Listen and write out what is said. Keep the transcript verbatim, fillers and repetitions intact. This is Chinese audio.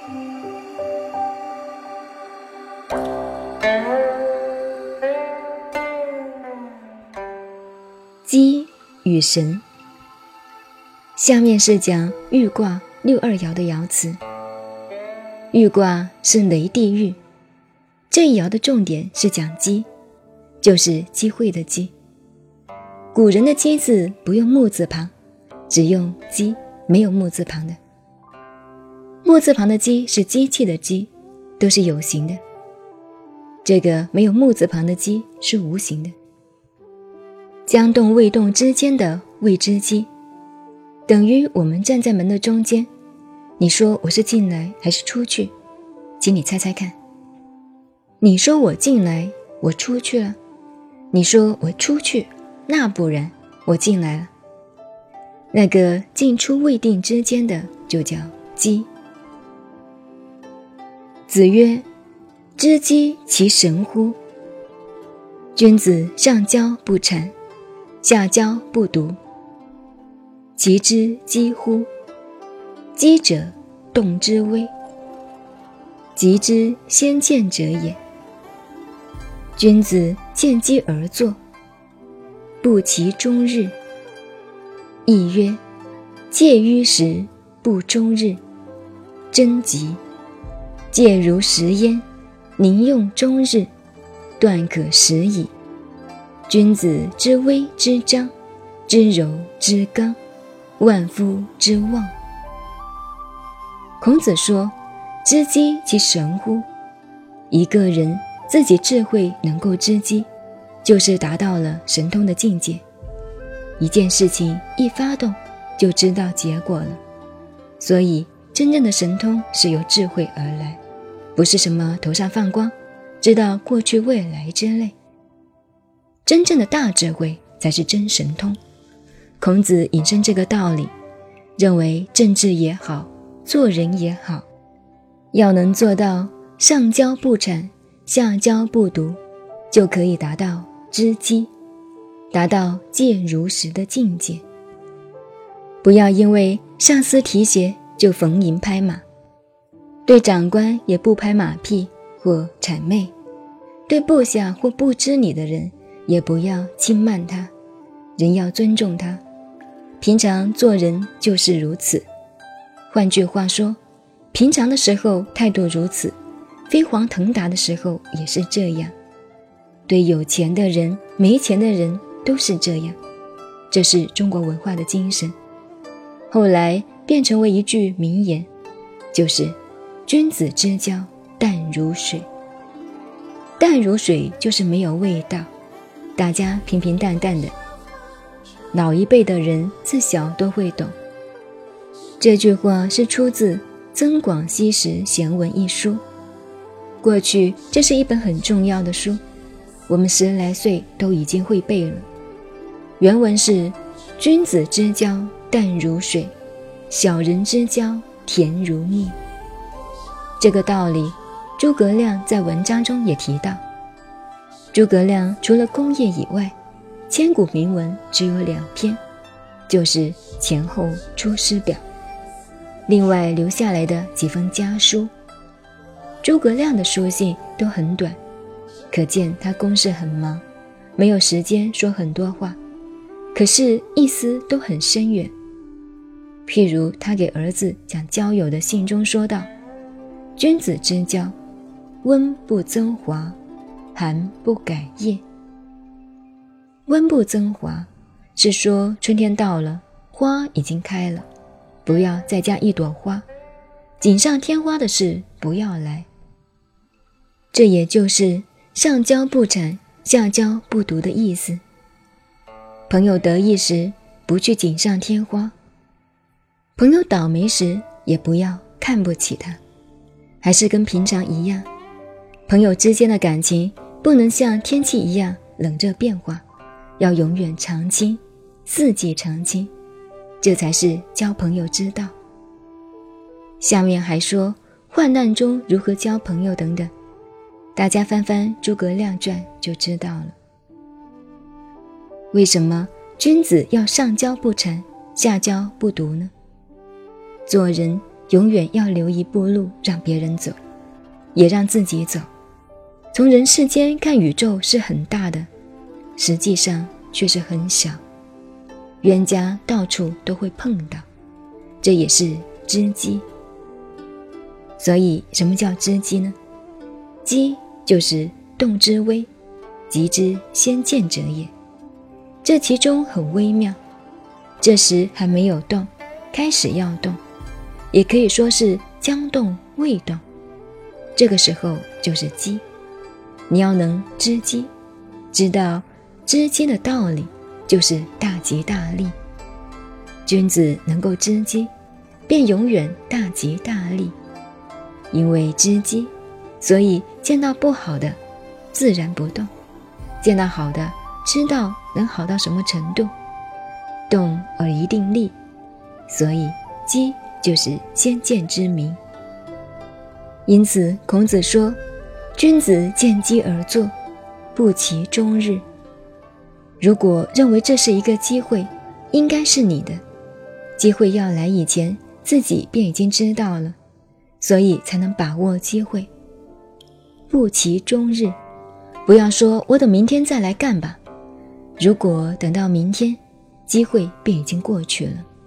鸡与神。下面是讲豫卦六二爻的爻辞。豫卦是雷地豫，这一爻的重点是讲机，就是机会的机。古人的机字不用木字旁，只用机，没有木字旁的。木字旁的机是机器的机，都是有形的。这个没有木字旁的机是无形的。将动未动之间的未知机，等于我们站在门的中间，你说我是进来还是出去？请你猜猜看。你说我进来，我出去了；你说我出去，那不然，我进来了。那个进出未定之间的就叫机。子曰：知机其神乎？君子上交不谄，下交不笃。其知机乎？机者，动之微，极之先见者也。君子见机而作，不其终日。亦曰：戒于时，不终日，真吉。戒如食焉，宁用终日，断可食矣。君子之微之张，之柔之刚，万夫之望。孔子说：知机其神乎？一个人自己智慧能够知机，就是达到了神通的境界。一件事情一发动，就知道结果了。所以真正的神通是由智慧而来，不是什么头上放光，知道过去未来之类。真正的大智慧才是真神通。孔子引申这个道理，认为政治也好，做人也好，要能做到上交不谄，下交不笃，就可以达到知机，达到戒如实的境界。不要因为上司提携就逢迎拍马，对长官也不拍马屁或谄媚，对部下或不知你的人也不要轻慢他，人要尊重他。平常做人就是如此。换句话说，平常的时候态度如此，飞黄腾达的时候也是这样。对有钱的人、没钱的人都是这样。这是中国文化的精神。后来变成为一句名言，就是君子之交淡如水。淡如水就是没有味道，大家平平淡淡的。老一辈的人自小都会懂。这句话是出自《增广西时贤文》一书。过去这是一本很重要的书，我们十来岁都已经会背了。原文是：君子之交淡如水，小人之交甜如蜜。这个道理诸葛亮在文章中也提到。诸葛亮除了功业以外，千古名文只有两篇，就是前后出师表，另外留下来的几封家书。诸葛亮的书信都很短，可见他公事很忙，没有时间说很多话，可是意思都很深远。譬如他给儿子讲交友的信中说道：君子之交，温不增华，寒不改业。温不增华是说春天到了，花已经开了，不要再加一朵花，锦上添花的事不要来。这也就是上交不谄，下交不笃的意思。朋友得意时不去锦上添花，朋友倒霉时也不要看不起他，还是跟平常一样。朋友之间的感情不能像天气一样冷热变化，要永远长青，四季长青，这才是交朋友之道。下面还说患难中如何交朋友等等，大家翻翻诸葛亮传就知道了。为什么君子要上交不谄，下交不笃呢？做人永远要留一步路让别人走，也让自己走。从人世间看宇宙是很大的，实际上却是很小，冤家到处都会碰到，这也是知机。所以什么叫知机呢？机就是动之微，即之先见者也。这其中很微妙，这时还没有动，开始要动，也可以说是将动未动，这个时候就是机。你要能知机，知道知机的道理，就是大吉大利。君子能够知机，便永远大吉大利。因为知机，所以见到不好的自然不动，见到好的知道能好到什么程度，动而一定利，所以机就是先见之明。因此孔子说，君子见机而作，不其终日。如果认为这是一个机会，应该是你的，机会要来以前自己便已经知道了，所以才能把握机会。不其终日，不要说我等明天再来干吧，如果等到明天，机会便已经过去了。